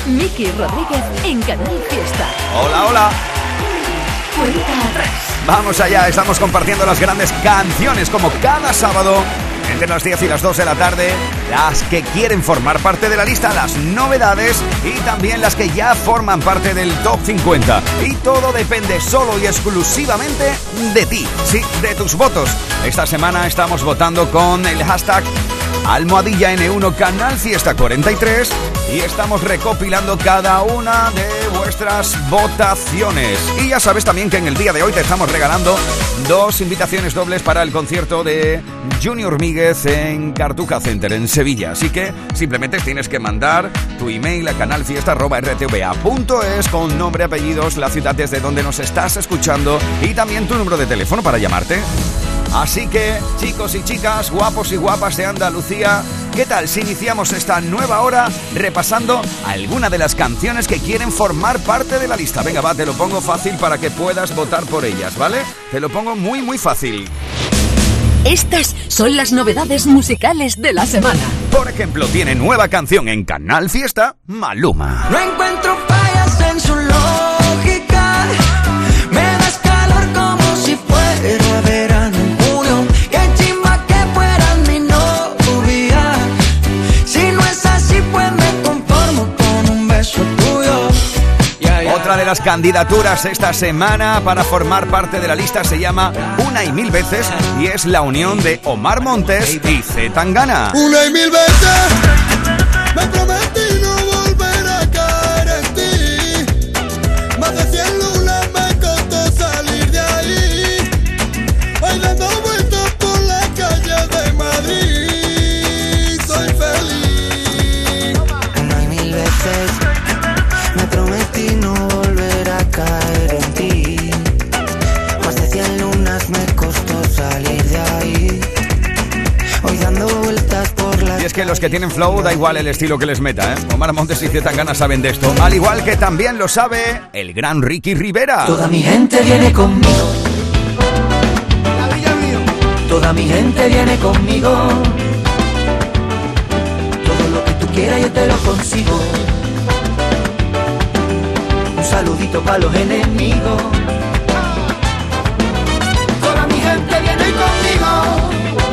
Miki Rodríguez en Canal Fiesta. Hola, hola. Cuenta atrás. Vamos allá, estamos compartiendo las grandes canciones como cada sábado entre las 10 y las 2 de la tarde, las que quieren formar parte de la lista, las novedades y también las que ya forman parte del Top 50. Y todo depende solo y exclusivamente de ti, sí, de tus votos. Esta semana estamos votando con el hashtag #N1 Canal Fiesta 43 y estamos recopilando cada una de vuestras votaciones. Y ya sabes también que en el día de hoy te estamos regalando 2 invitaciones dobles para el concierto de Junior Míguez en Cartuja Center en Sevilla. Así que simplemente tienes que mandar tu email a canalfiesta@rtva.es con nombre, apellidos, la ciudad desde donde nos estás escuchando y también tu número de teléfono para llamarte. Así que, chicos y chicas, guapos y guapas de Andalucía, ¿qué tal si iniciamos esta nueva hora repasando alguna de las canciones que quieren formar parte de la lista? Venga, va, te lo pongo fácil para que puedas votar por ellas, ¿vale? Te lo pongo muy, muy fácil. Estas son las novedades musicales de la semana. Por ejemplo, tiene nueva canción en Canal Fiesta, Maluma. No encuentro fallas en su lógica. Me das calor como si fuera verano. Otra de las candidaturas esta semana para formar parte de la lista se llama Una y Mil Veces y es la unión de Omar Montes y C. Tangana. Una y mil veces me prometí no volver a caer en ti. Más de 100 lunas me costó salir de ahí. Hoy dando vueltas por la calle de Madrid soy feliz. Una y mil veces me prometí no volver a caer en ti. Más de 100 lunas me costó salir de ahí. Hoy dando vueltas por la... Y es que los que tienen flow da igual el estilo que les meta, ¿eh? Omar Montes y C. Tangana saben de esto. Al igual que también lo sabe el gran Ricky Rivera. Toda mi gente viene conmigo. Toda mi gente viene conmigo. Todo lo que tú quieras yo te lo consigo. Saludito para los enemigos. Toda mi gente viene conmigo.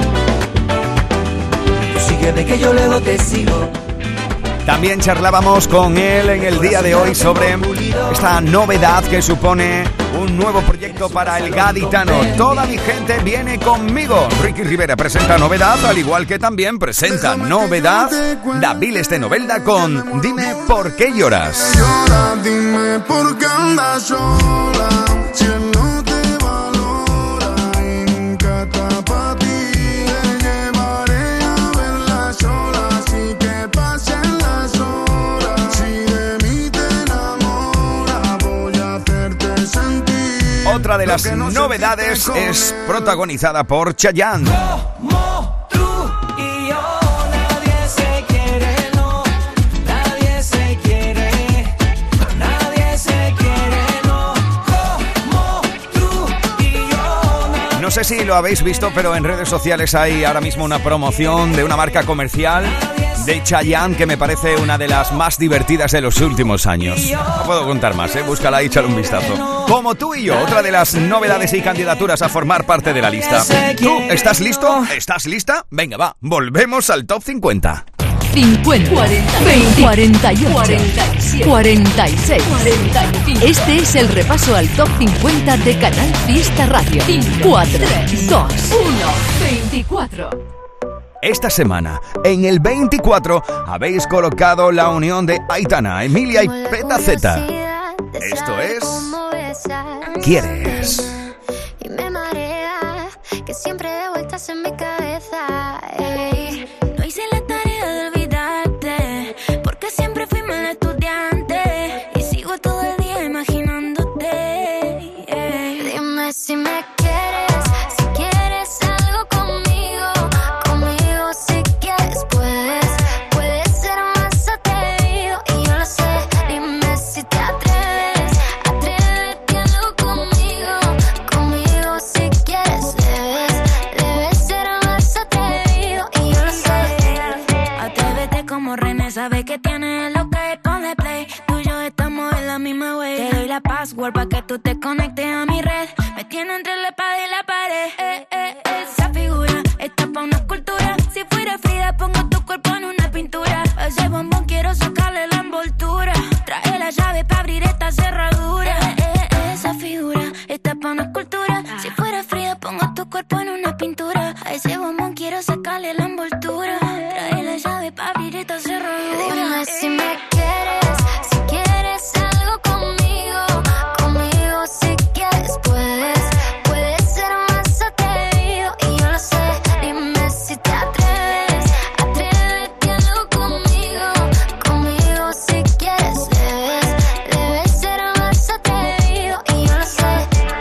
Tú sígueme que yo luego te sigo. También charlábamos con él en el día de hoy sobre esta novedad que supone un nuevo proyecto para el gaditano. Toda mi gente viene conmigo. Ricky Rivera presenta novedad, al igual que también presenta novedad David de Novelda con Dime por qué lloras. Llora, dime por qué andas sola. Si él no te valora y nunca está pa' ti. Te llevaré a verla sola. Así que pasen las horas. Si de mí te enamoras, voy a hacerte sentir. Otra de las novedades es protagonizada por Chayanne. Como tú y yo, nadie se quiere, no. Nadie se quiere. Nadie se quiere, no. Como tú y yo. No sé si lo habéis visto, pero en redes sociales hay ahora mismo una promoción de una marca comercial de Chayanne que me parece una de las más divertidas de los últimos años. No puedo contar más, búscala y échale un vistazo. Como tú y yo, otra de las novedades y candidaturas a formar parte de la lista. ¿Tú estás listo? ¿Estás lista? Venga, va, volvemos al Top 50. 50, 40, 20, 48, 47, 46, 45. Este es el repaso al Top 50 de Canal Fiesta Radio. 4, 3, 2, 1, 24. Esta semana, en el 24, habéis colocado la unión de Aitana, Emilia y Peta Z. Esto es... ¿Quieres? Y me marea, que siempre de vueltas en mi cabeza. Ey. No hice la tarea de olvidarte, porque siempre fui mal estudiante. Y sigo todo el día imaginándote. Ey. Dime si me quieres, si quieres algo conmigo. Conmigo si quieres, puedes ser más atrevido. Y yo lo sé, dime si te atreves, atrévete algo conmigo. Conmigo si quieres, debes ser más atrevido. Y yo lo sé. Atrévete como René, sabe que tiene lo que pone play. la password pa' que tú te conectes a mi red. Me tiene entre la espada y la pared. Esa figura está pa' una escultura. Si fuera Frida pongo tu cuerpo en una pintura. A ese bombón quiero sacarle la envoltura. Trae la llave pa' abrir esta cerradura. Esa figura está pa' una escultura. Si fuera Frida pongo tu cuerpo en una pintura. A ese bombón quiero sacarle la envoltura. Trae la llave pa' abrir esta cerradura. Dime si me quieres, si quieres algo conmigo. Conmigo si quieres puedes ser más atrevido. Y yo lo sé, dime si te atreves. Atrévete algo conmigo. Conmigo si quieres debes ser más atrevido. Y yo lo sé.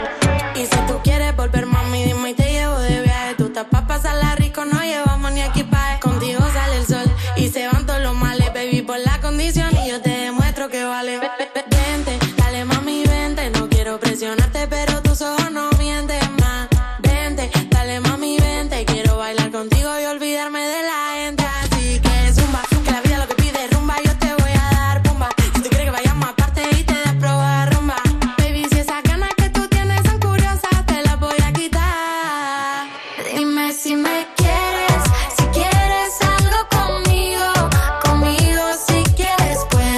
Y si tú quieres volver, mami, dime y te llevo de viaje. Tú estás pa' pasarla rico, no llevamos ni equipaje. Contigo sale el sol y se van todos los males, baby, por la condición y yo te demuestro que vale. Vente, dale mami, vente, no quiero presionarte, pero tus ojos no mienten más. Vente, dale mami, vente, quiero bailar contigo y olvidarme de la gente. Así que zumba, que la vida lo que pide es rumba, yo te voy a dar pumba. Si tú quieres que vayamos aparte y te des probar rumba, baby, si esas ganas que tú tienes son curiosas, te las voy a quitar. Dime si me quieres, si quieres algo conmigo. Conmigo si quieres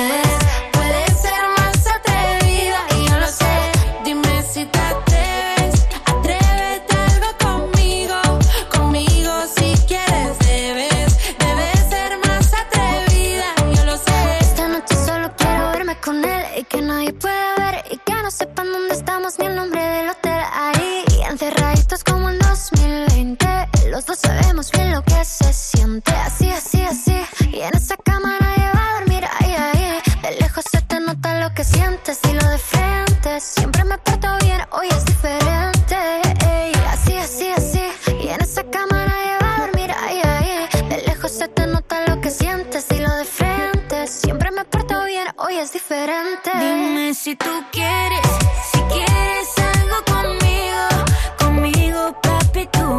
puedes ser más atrevida. Y yo lo sé. Dime si te atreves, atrévete algo conmigo. Conmigo si quieres debes ser más atrevida. Yo lo sé. Esta noche solo quiero verme con él y que nadie pueda ver y que no sepan dónde estamos ni el nombre del hotel. Ahí encerraditos como en 2020, los dos sabemos bien lo que se siente. Así, así, así, y en esa cama nadie va a dormir. Ahí, ahí, de lejos se te nota lo que sientes y lo de frente. Siempre me porto bien, hoy es diferente. Ey, así, así, así, y en esa cama nadie va a dormir. Ahí, ahí, de lejos se te nota lo que sientes y lo de frente. Siempre me porto bien, hoy es diferente. Dime si tú quieres, si quieres algo conmigo. Conmigo, papi, tú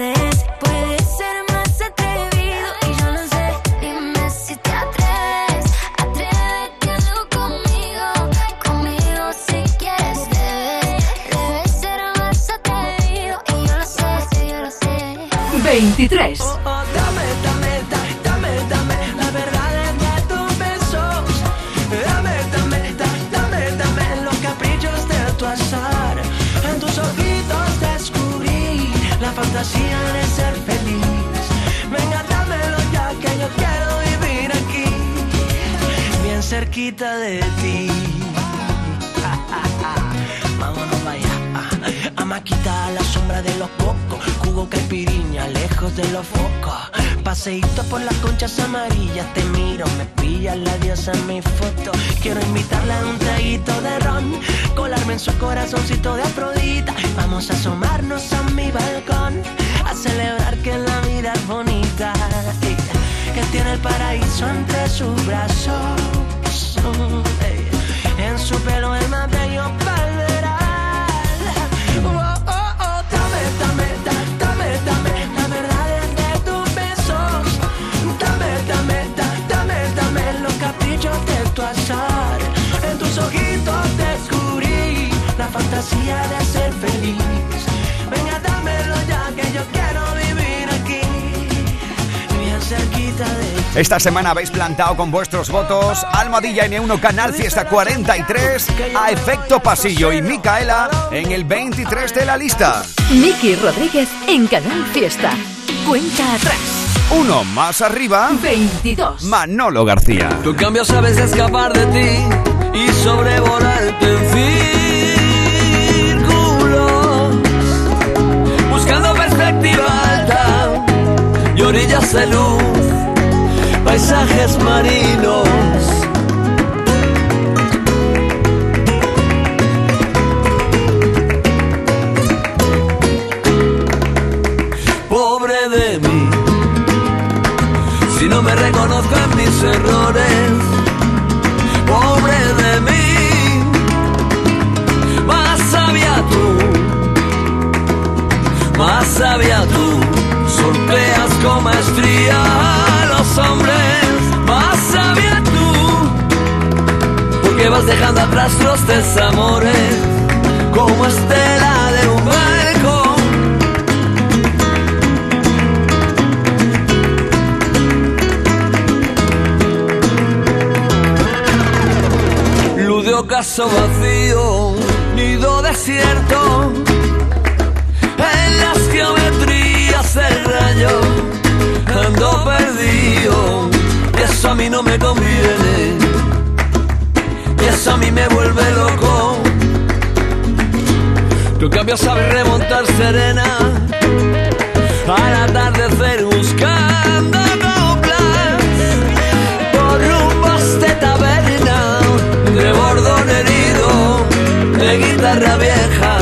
puedes ser más atrevido. Y yo lo sé, dime si te atreves. Atrévete algo conmigo. Conmigo si quieres debes ser más atrevido. Y yo lo sé. 23. Dame la verdad de tus besos. Dame los caprichos de tu azar. En tus ojitos descubrí la fantasía de ser feliz. Venga, dámelo ya que yo quiero vivir aquí, bien cerquita de ti. Vámonos vaya a maquitar la sombra de los cocos, jugo caipiriña lejos de los focos. Paseíto por las conchas amarillas, te miro, me pilla la diosa en mi foto. Quiero invitarla a un traguito de ron, colarme en su corazoncito de Afrodita. Vamos a asomarnos a mi balcón, a celebrar que la vida es bonita, que tiene el paraíso entre sus brazos. En su pelo el más bello palmeral. Dame la verdad de tus besos. Dame los caprichos de tu azar. En tus ojitos descubrí la fantasía de ser feliz. Venga, dámelo ya que yo quiero vivir aquí, bien cerquita de ti. Esta semana habéis plantado con vuestros votos Almohadilla N1 Canal Fiesta 43 a Efecto Pasillo y Micaela en el 23 de la lista. Miki Rodríguez en Canal Fiesta. Cuenta atrás. Uno más arriba, 22. Manolo García. Tú en cambio sabes escapar de ti y sobrevolarte en círculos, buscando perspectiva alta y orillas de luz, paisajes marinos. Pobre de mí, si no me reconozco en mis errores. Pobre de mí, más sabia tú, sorteas con maestría a los hombres. Más sabia tú, porque vas dejando atrás los desamores como estela de un barco. Luz de ocaso vacío, nido desierto, en las geometrías del rayo ando perdido, y eso a mí no me conviene, y eso a mí me vuelve loco. Tu cambio sabe remontar serena al atardecer buscando coplas por rumbos de taberna, de bordón herido, de guitarra vieja.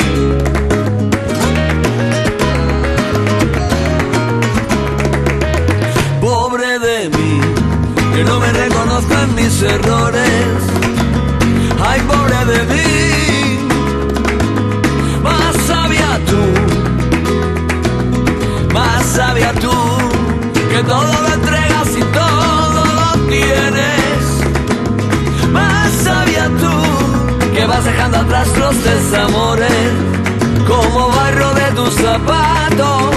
Pobre de mí, que no me reconozco en mis errores. Ay, pobre de mí, más sabia tú, que todo lo entregas y todo lo tienes. Más sabia tú, que vas dejando atrás los desamores como barro de tus zapatos.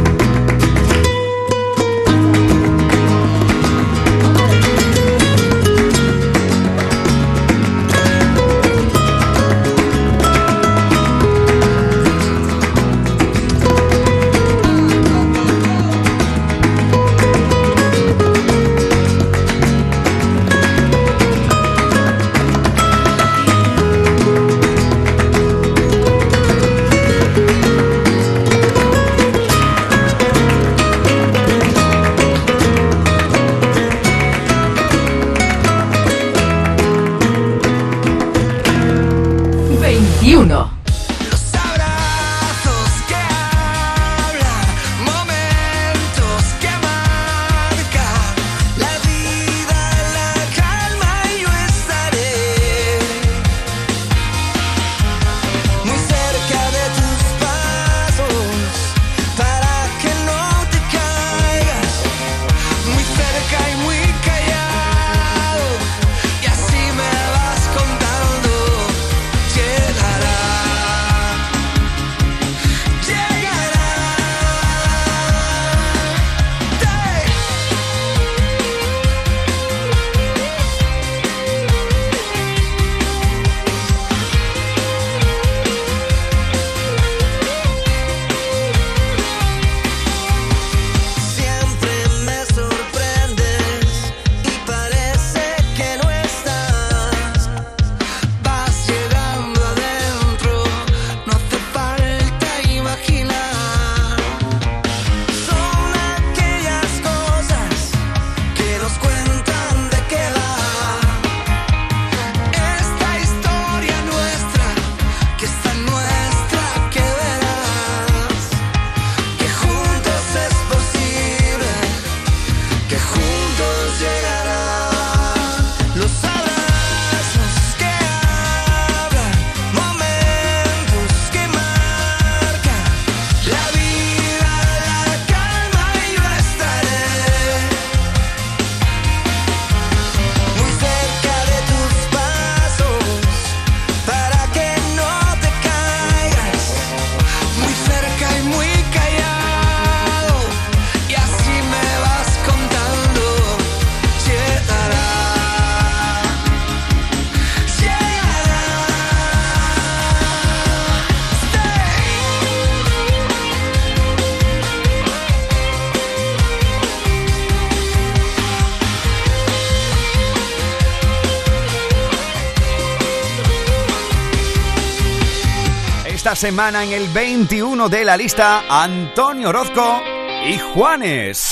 Esta semana en el 21 de la lista, Antonio Orozco y Juanes.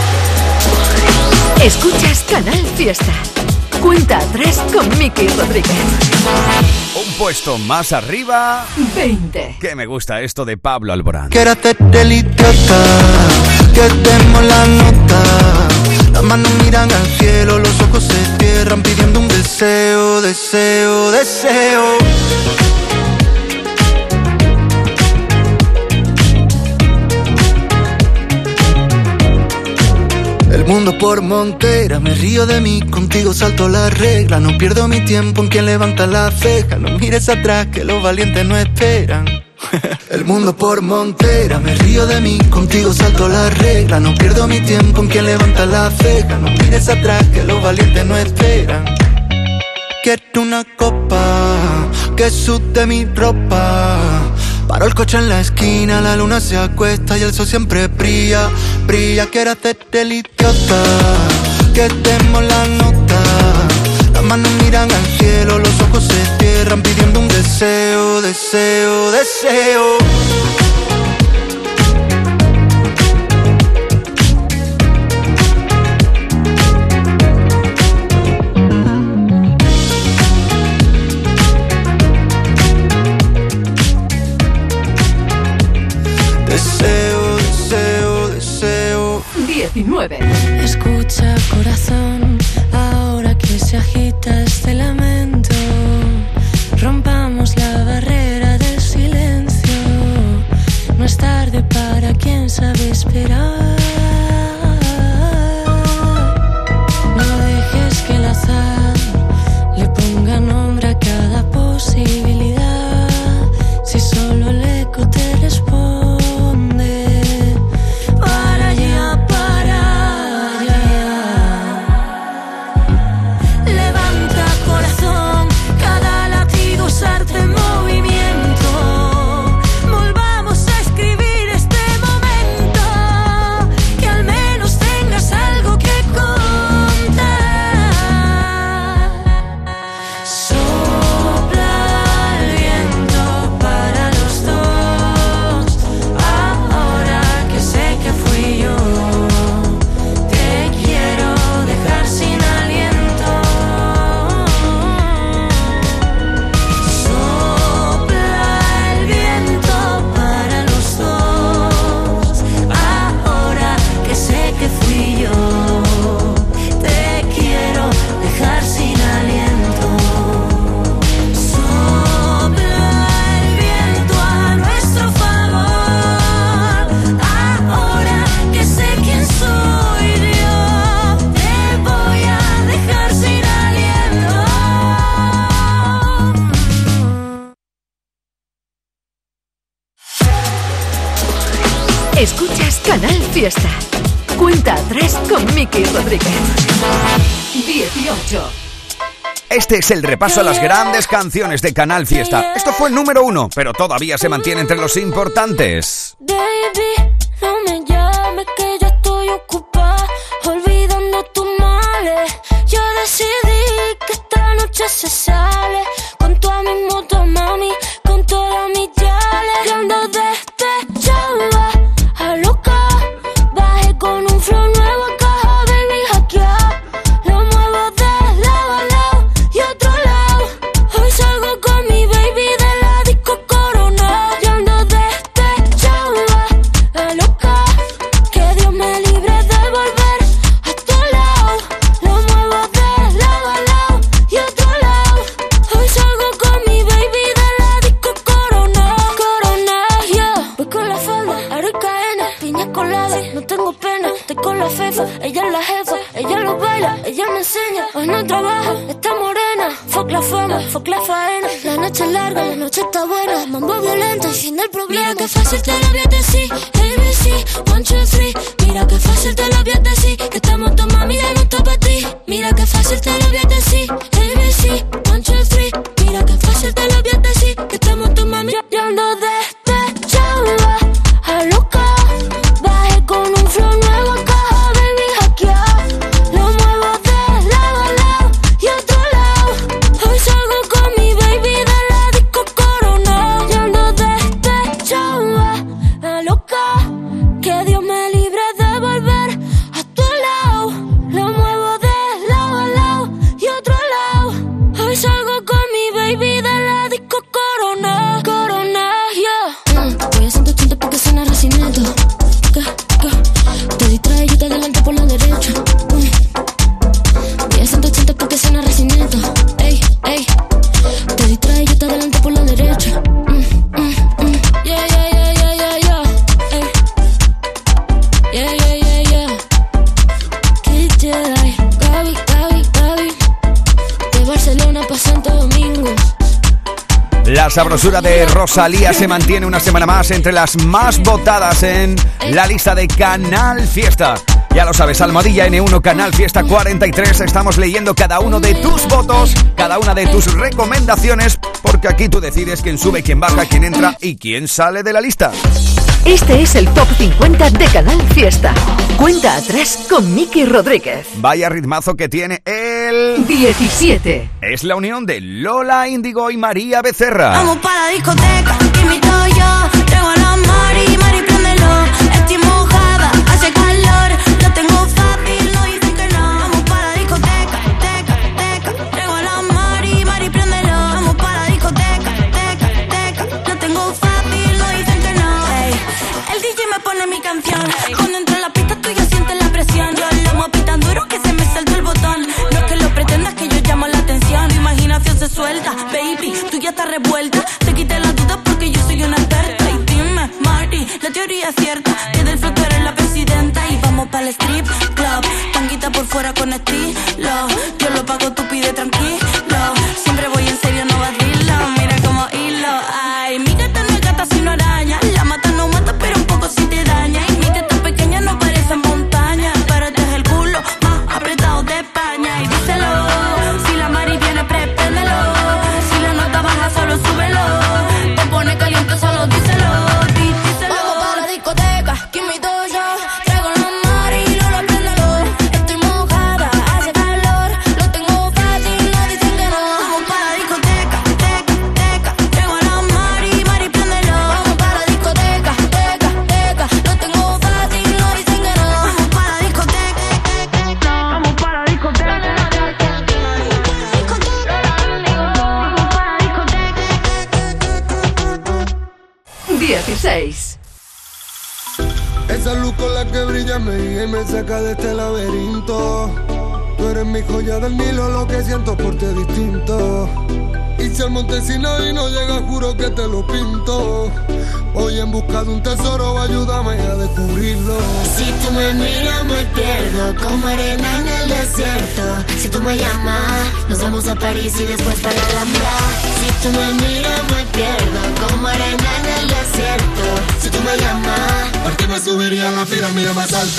Escuchas Canal Fiesta. Cuenta atrás con Miki Rodríguez. Un puesto más arriba. 20. Que me gusta esto de Pablo Alborán. Quiero hacerte el idiota, que demos la nota. Las manos miran al cielo, los ojos se cierran pidiendo un deseo, deseo, deseo. El mundo mundo por montera, me río de mí, contigo salto la regla. No pierdo mi tiempo en quien levanta la ceja. No mires atrás que los valientes no esperan. El mundo por montera, me río de mí, contigo salto la regla. No pierdo mi tiempo en quien levanta la ceja. No mires atrás que los valientes no esperan. Quiero una copa que sude mi ropa. Paro el coche en la esquina, la luna se acuesta y el sol siempre brilla, brilla. Quiero hacerte el idiota, que demos la nota. Las manos miran al cielo, los ojos se cierran pidiendo un deseo, deseo, deseo. Deseo, deseo, deseo. 19. Escucha, corazón, ahora que se agita este lamento, rompamos la barrera del silencio. No es tarde para quien sabe esperar. No dejes que el azar le ponga nombre a cada posibilidad. Si solo el eco te responde. Escuchas Canal Fiesta. Cuenta atrás con Miki Rodríguez. 18. Este es el repaso a las grandes canciones de Canal Fiesta. Esto fue el número 1, pero todavía se mantiene entre los importantes. Baby, no me llames que ya estoy ocupada, olvidando tus males. Yo decidí que esta noche se sale con toda mi moto, mami, con todas mis yales. Y ando despechada, a loca, bajé con un flow nuevo a caja, baby, hackeado. Lo muevo de lado a lado y otro lado. Hoy salgo con mi baby de la disco Corona. Y ando despechada, a loca, que Dios me libre de volver a tu lado. Lo muevo de lado a lado y otro lado. Hoy salgo con mi baby de la disco Corona. Corona, yeah. Voy con la falda, aro y cadena, piña colada, no tengo pena. Estoy con la fefa, ella es la jefa, ella lo baila, ella me enseña. Hoy no trabaja, está morena. Fuck la fama, fuck la faena. La noche es larga, la noche está buena. Mambo violento y fin del problema. Mira que fácil te lo voy a decir, ABC, 1, 2, 3. Mira que fácil te lo voy a decir, que estamos tu mami ya no está para ti. Mira que fácil te lo voy a decir, ABC, 1, 2, 3. Mira que fácil te lo voy a decir, que estamos tu mami. Yo ando despechada, a loca, bajé con un flow nuevo a caja, baby, hackeado. Lo muevo de lado a lado y otro lado. Hoy salgo con mi baby de la disco Corona. Yo ando despechada, a loca, que Dios me libre de volver a tu lado. Lo muevo de lado a lado y otro lado. Hoy salgo con mi baby de la disco Corona. Corona, yeah. Voy a 180 porque suena racineto. Te distrae, yo te adelanto por la derecha. Voy a 180 porque suena racineto. Ey, ey. Te distrae, yo te adelanto por la derecha. Yeah, yeah, yeah, yeah, yeah, yeah. Ey. Yeah, yeah, yeah, yeah. Que La sabrosura de Rosalía se mantiene una semana más entre las más votadas en la lista de Canal Fiesta. Ya lo sabes, Almohadilla N1 Canal Fiesta 43. Estamos leyendo cada uno de tus votos, cada una de tus recomendaciones, porque aquí tú decides quién sube, quién baja, quién entra y quién sale de la lista. Este es el Top 50 de Canal Fiesta. Cuenta atrás con Miki Rodríguez. Vaya ritmazo que tiene el 17. Es la unión de Lola Índigo y María Becerra. Vamos para la discoteca, te invito yo. Traigo a la Mari, Mari, préndelo. Estoy mojada, hace calor. Lo tengo fácil, no dicen que no. Vamos para la discoteca, teca, teca. Traigo a la Mari, Mari, préndelo. Vamos para la discoteca, teca, teca. Lo tengo fácil, no dicen que no. Ey, el DJ me pone mi canción. Cuando entro en la pista tú ya sientes la presión. Yo lo moví tan duro que se me saltó el botón. No es que lo pretendas, que yo llamo la atención. Tu imaginación se suelta, baby, tú ya estás revuelta. Te quité las dudas porque yo soy una experta. Y dime, Marty, la teoría es cierta, que del fruto eres la presidenta. Y vamos para el strip club, tanguita por fuera con estilo. Yo lo pago, tú pide tranquilo. Siempre voy en serio, no vacilo. Mira como hilo, ay, mi gata no es gata sino araña. La mata no mata, pero un poco sí te daña. Y mi teta pequeña no parece montaña, pero este es el culo más apretado de España. Y díselo, si la Mari viene, prepéndelo. Si la nota baja, solo súbelo. Te pone caliente, solo díselo, díselo. Vamos para la discoteca, que invito yo. Traigo la Mari, no lo préndelo. Estoy mojada, hace calor. Lo tengo fácil, no dicen que no. Vamos para la discoteca, teca, teca. Traigo la Mari, Mari, préndelo. Vamos para la discoteca, teca, teca. Lo tengo fácil, no dicen que no. Vamos para la discoteca, vamos para la discoteca. 16. Esa luz con la que brilla me guía y me saca de este laberinto. Tú eres mi joya del Nilo, lo que siento por ti es distinto. Y si al monte Sinaí no llega, juro que te lo pinto. Voy en busca de un tesoro, ayúdame a descubrirlo. Si tú me miras me pierdo, como arena en el desierto. Si tú me llamas, nos vamos a París y después para la Alhambra. Si tú me miras me pierdo, como arena en el desierto. Si tú me llamas, ¿por qué me subiría a la pirámide más alta?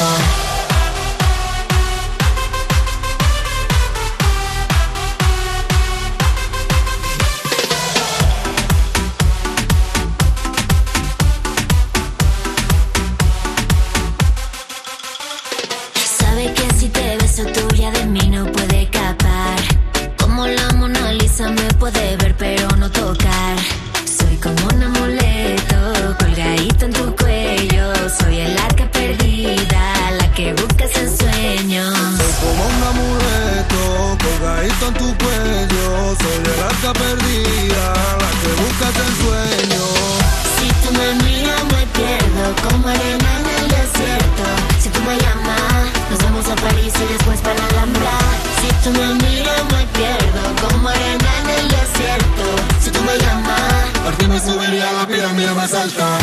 sabe que si te beso tú ya de mí no puede escapar. Como la Mona Lisa me puede ver pero no tocar. Soy como un amuleto colgadito en tu cuello. Soy el arca perdida, la que buscas en sueños. Soy como un amuleto colgadito en tu cuello. Soy el arca perdida, la que buscas en sueños. Si tú me miras me pierdo, como arena en el desierto. Si tú me llamas, nos vamos a París y después para la Alhambra. Si tú me miras me pierdo, como arena en el desierto. Si tú me llamas, ¿por qué me subiría a la pirámide más alta?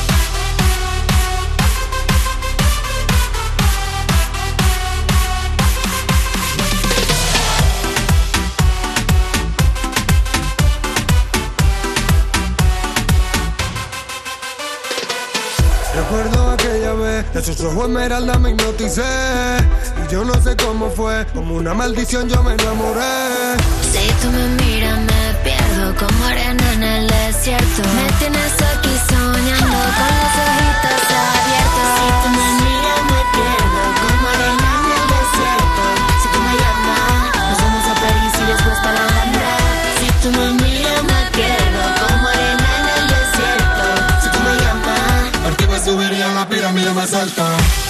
Recuerdo aquella vez, de sus ojos esmeralda me hipnoticé. Y yo no sé cómo fue, como una maldición yo me enamoré. si tú me miras me pierdo, como arena en el desierto. Me tienes aquí soñando con los ojitos abiertos. Si tú me miras me pierdo, como arena en el desierto. Si tú me llamas, nos vamos a París y después para la Alhambra. Si tú me miras me pierdo, como arena en el desierto. Si tú me llamas, ¿por qué me subiría a la pirámide más alta?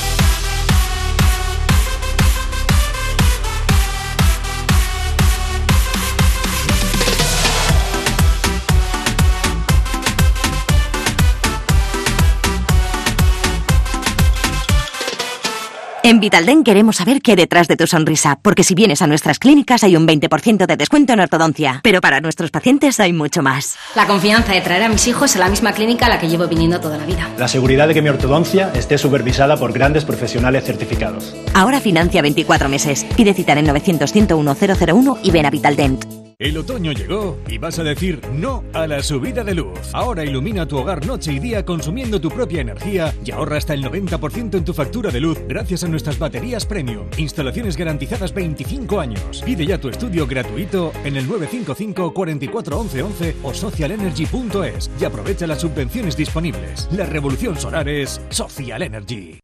En Vitaldent queremos saber qué hay detrás de tu sonrisa, porque si vienes a nuestras clínicas hay un 20% de descuento en ortodoncia, pero para nuestros pacientes hay mucho más. La confianza de traer a mis hijos a la misma clínica a la que llevo viniendo toda la vida. La seguridad de que mi ortodoncia esté supervisada por grandes profesionales certificados. Ahora financia 24 meses. Pide cita en 900 101 001 y ven a Vitaldent. El otoño llegó y vas a decir no a la subida de luz. Ahora ilumina tu hogar noche y día consumiendo tu propia energía y ahorra hasta el 90% en tu factura de luz gracias a nuestras baterías premium. Instalaciones garantizadas 25 años. Pide ya tu estudio gratuito en el 955 44 11 11 o socialenergy.es y aprovecha las subvenciones disponibles. La revolución solar es Social Energy.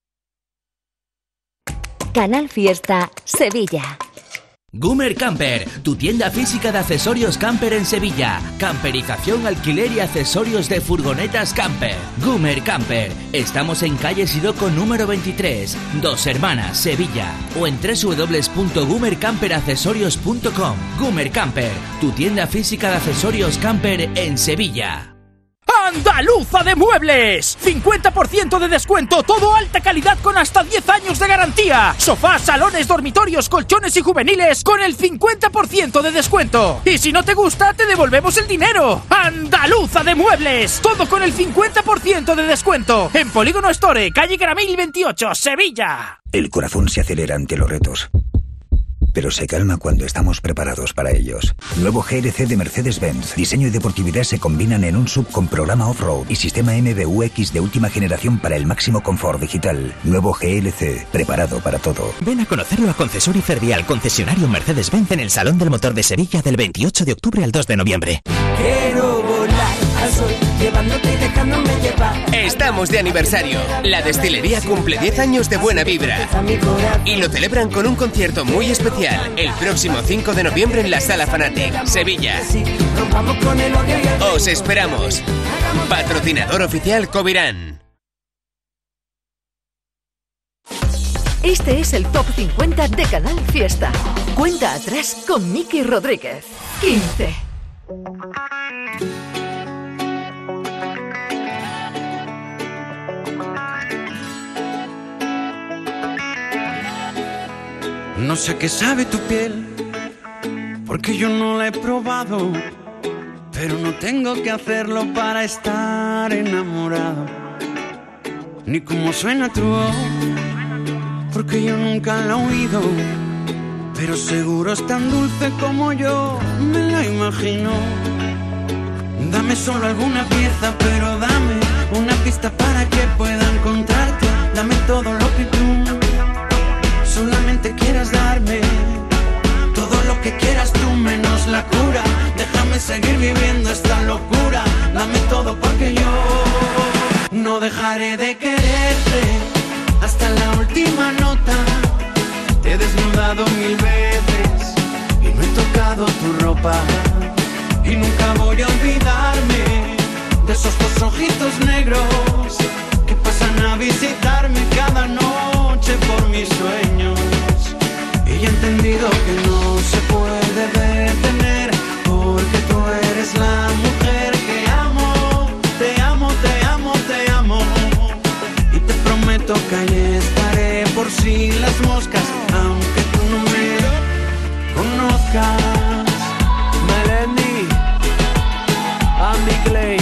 Canal Fiesta Sevilla. Gumer Camper, tu tienda física de accesorios camper en Sevilla. Camperización, alquiler y accesorios de furgonetas camper. Gumer Camper. Estamos en calle Siroco número 23, Dos Hermanas, Sevilla. O en www.gumercamperaccesorios.com. Gumer Camper, tu tienda física de accesorios camper en Sevilla. ¡Andaluza de Muebles! 50% de descuento, todo alta calidad con hasta 10 años de garantía. Sofás, salones, dormitorios, colchones y juveniles con el 50% de descuento. Y si no te gusta, te devolvemos el dinero. ¡Andaluza de Muebles! Todo con el 50% de descuento. En Polígono Store, calle Caramil 28, Sevilla. El corazón se acelera ante los retos, pero se calma cuando estamos preparados para ellos. Nuevo GLC de Mercedes-Benz. Diseño y deportividad se combinan en un SUV con programa off-road y sistema MBUX de última generación para el máximo confort digital. Nuevo GLC, preparado para todo. Ven a conocerlo a Concesor y Fervial, concesionario Mercedes-Benz en el Salón del Motor de Sevilla del 28 de octubre al 2 de noviembre. Quiero volar al sol, llevándote y dejándome llevar. Estamos de aniversario. La destilería cumple 10 años de buena vibra. Y lo celebran con un concierto muy especial el próximo 5 de noviembre en la Sala Fanatic, Sevilla. Os esperamos. Patrocinador oficial Covirán. Este es el Top 50 de Canal Fiesta. Cuenta atrás con Miki Rodríguez. 15. No sé qué sabe tu piel, porque yo no la he probado, pero no tengo que hacerlo para estar enamorado. Ni cómo suena tu voz, porque yo nunca la he oído, pero seguro es tan dulce como yo me la imagino. Dame solo alguna pieza, pero dame una pista para que pueda encontrarte. Dame todo lo que tú solamente quieras darme, todo lo que quieras tú menos la cura. Déjame seguir viviendo esta locura. Dame todo porque yo no dejaré de quererte hasta la última nota. Te he desnudado 1000 veces y no he tocado tu ropa. Y nunca voy a olvidarme de esos dos ojitos negros que pasan a visitarme cada noche por mis sueños. Y he entendido que no se puede detener, porque tú eres la mujer que amo. Te amo, te amo, te amo. Y te prometo que ahí estaré por si las moscas, aunque tú no me conozcas. Melendi, Andy Clay,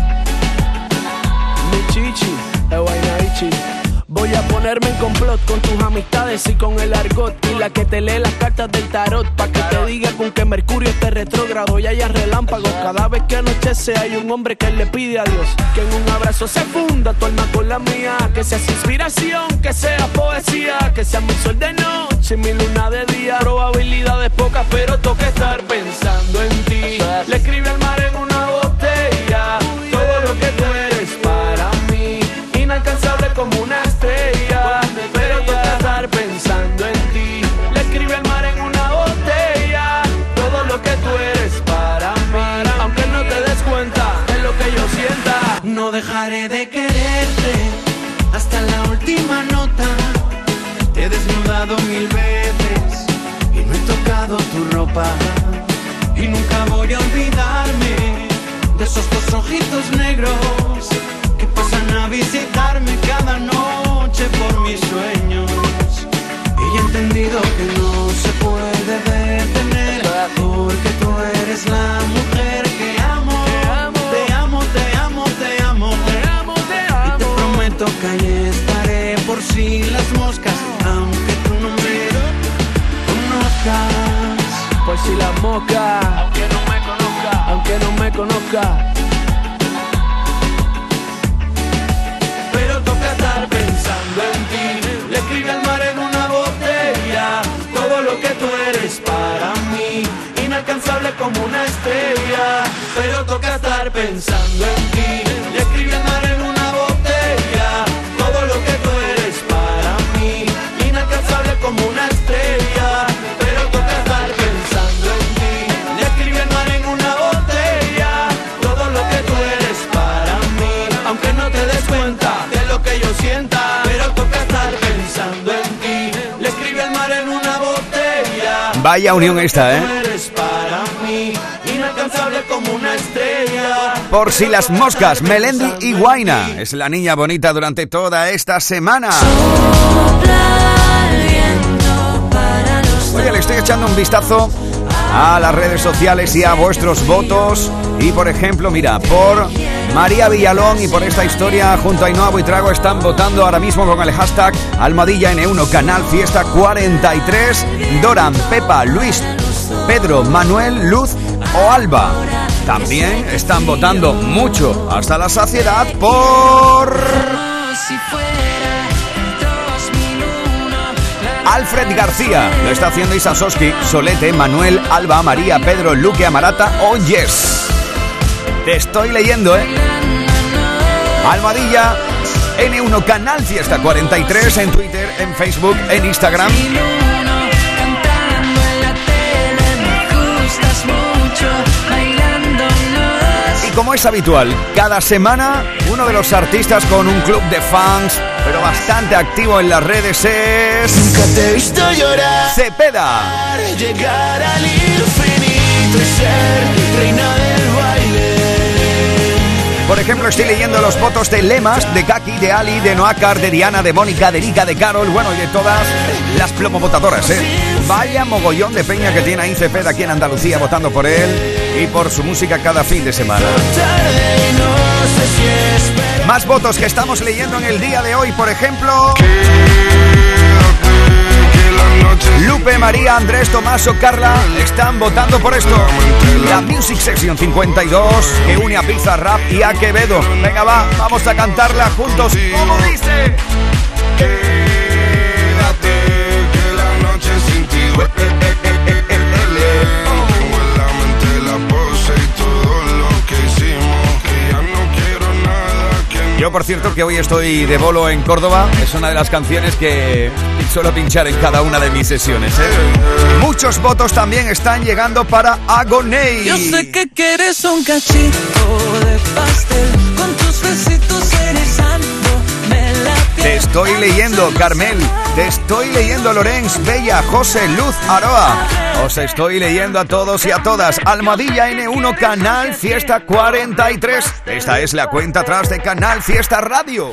mi chichi, Ewainaichi. Voy a ponerme en complot con tus amistades y con el argot y la que te lee las cartas del tarot, pa' que te diga con que Mercurio esté retrógrado y haya relámpagos. Cada vez que anochece hay un hombre que le pide a Dios que en un abrazo se funda tu alma con la mía, que seas inspiración, que sea poesía, que sea mi sol de noche y mi luna de día. Probabilidades pocas, pero toca estar pensando en ti. Le escribe al mar en una botella todo lo que tú eres para mí, inalcanzable como una estrella, pero toca estar pensando en ti. Le escribe al mar en una botella todo lo que tú eres para mí, aunque no te des cuenta de lo que yo sienta. No dejaré de quererte hasta la última nota. Te he desnudado 1000 veces y no he tocado tu ropa. Y nunca voy a olvidarme de esos dos ojitos negros que pasan a visitarme cada noche por mis sueños. Y he entendido que no se puede detener, porque tú eres la mujer que amo. Te amo, te amo, te amo. Y te prometo que ahí estaré por si las moscas, aunque tú no me conozcas. Pues si las moscas, aunque no me conozca. Pero toca estar pensando en ti. Le escribe al mar en una botella todo lo que tú eres para mí, inalcanzable como una estrella. Pero toca estar pensando en ti. Le escribe al mar en una botella todo lo que tú eres para mí, inalcanzable como una estrella. Pero toca estar pensando en ti. Le escribe al mar en una botella todo lo que tú eres para mí, aunque no te des cuenta de lo que yo sienta. Pero toca estar pensando en ti. Le escribe al mar en una botella. Vaya unión esta, ¿eh? Tú eres para mí, inalcanzable como una estrella. Por si las moscas, Melendi y Guaina es la niña bonita durante toda esta semana. Oye, le estoy echando un vistazo a las redes sociales y a vuestros votos. Y por ejemplo, mira, por María Villalón y por esta historia junto a Ainhoa Buitrago están votando ahora mismo con el hashtag Almohadilla N1 Canal Fiesta 43. Doran, Pepa, Luis, Pedro, Manuel, Luz o Alba. También están votando mucho hasta la saciedad por Alfred García. Lo está haciendo Isasoski, Solete, Manuel, Alba, María, Pedro, Luque, Amarata o Yes. Te estoy leyendo, ¿eh? Almohadilla N1 Canal Fiesta 43 en Twitter, en Facebook, en Instagram. Y como es habitual, cada semana uno de los artistas con un club de fans, pero bastante activo en las redes, es... Nunca te he visto llorar, Cepeda. llegar al infinito y ser reina del baile. Por ejemplo, estoy leyendo los votos de Lemas, de Kaki, de Ali, de Noacar, de Diana, de Mónica, de Erika, de Carol, bueno, y de todas las plomovotadoras, ¿eh? Vaya mogollón de peña que tiene ahí Cepeda aquí en Andalucía votando por él y por su música cada fin de semana. Más votos que estamos leyendo en el día de hoy, por ejemplo... Lupe, María, Andrés, Tomás o Carla están votando por esto. La Music Section 52 que une a Pizza Rap y a Quevedo. Venga, vamos a cantarla juntos. ¿Cómo dice? Quédate, que la noche sin ti tengo en la mente la pose y todo lo que hicimos, que ya no quiero nada que... Yo, por cierto, que hoy estoy de bolo en Córdoba. Es una de las canciones que suelo pinchar en cada una de mis sesiones, ¿eh? Muchos votos también están llegando para Agoney. Yo sé que quieres un cachito de pastel con tus besitos erizándome la piel. Te estoy leyendo, Carmel. Te estoy leyendo, Lorenz, Bella, José, Luz, Aroa. Os estoy leyendo a todos y a todas. Almohadilla N1 Canal Fiesta 43. Esta es la cuenta atrás de Canal Fiesta Radio.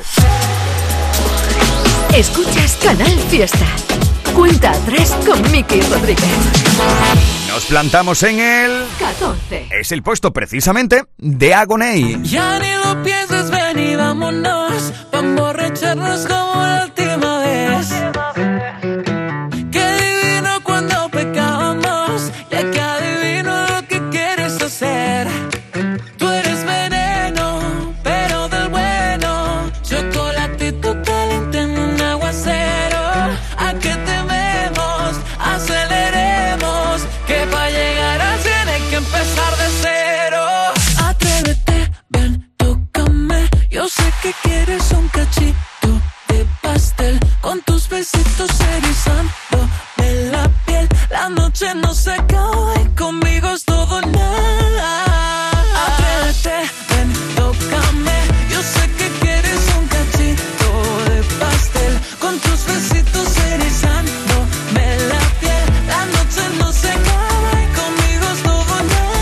Escuchas Canal Fiesta. Cuenta atrás con Miki Rodríguez. Nos plantamos en el 14. Es el puesto precisamente de Agoney. Ya ni lo pienses, ven y vámonos, pa' emborracharnos como la última vez. Qué divino cuando pecábamos, ya que adivino lo que quieres hacer. Tú eres veneno, pero del bueno, chocolatito caliente en un aguacero. ¿A qué tememos? Aceleremos, que pa' llegar a 100 hay que empezar de cero. Atrévete, ven, tócame. Yo sé que quieres un cachito de pastel con tus besitos erizándome la piel. La noche no se acaba y conmigo es todo nada. Atrévete, ven, tócame. Yo sé que quieres un cachito de pastel con tus besitos erizándome la piel. La noche no se acaba y conmigo es todo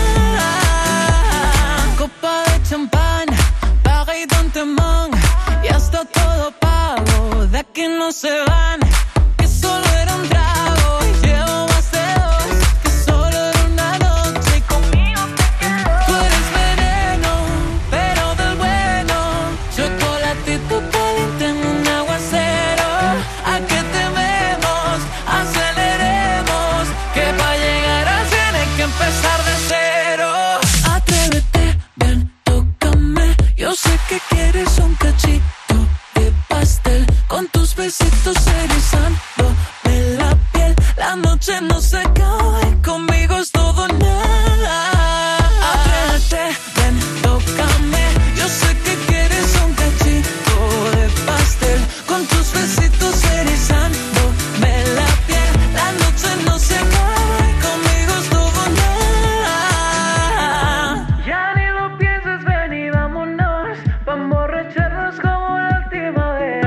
nada. Copa de champán, Paris d'Antemán, ya está todo pago, de aquí no se van. Que solo era un trago, llevo más de dos, que solo era una noche y conmigo te quedas. Tú eres veneno, pero del bueno, chocolatito caliente en un aguacero. ¿A qué tememos? Aceleremos, que pa' llegar a 100 hay besitos erizándome la piel. La noche no se acaba y conmigo es todo nada. Atrévete, ven, tócame. Yo sé que quieres un cachito de pastel. Con tus besitos erizándome la piel. La noche no se acaba y conmigo es todo nada. Ya ni lo pienses, ven y vámonos. Pa' emborracharnos como la última vez.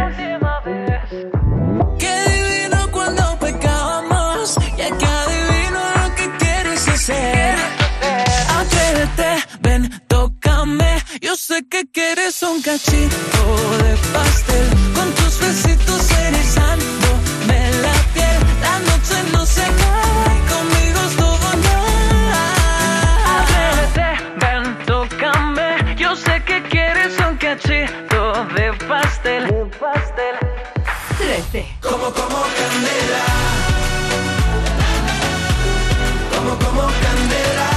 Qué divino cuando pecábamos. Ya que adivino lo que quieres hacer. Atrévete, ven, tócame. Yo sé que quieres un cachito de pastel. Con tus besitos erizándome la piel. La noche no se acaba y conmigo es todo nada. Atrévete, ven, tócame. Yo sé que quieres un cachito de pastel. 13. Como candela. Como candela.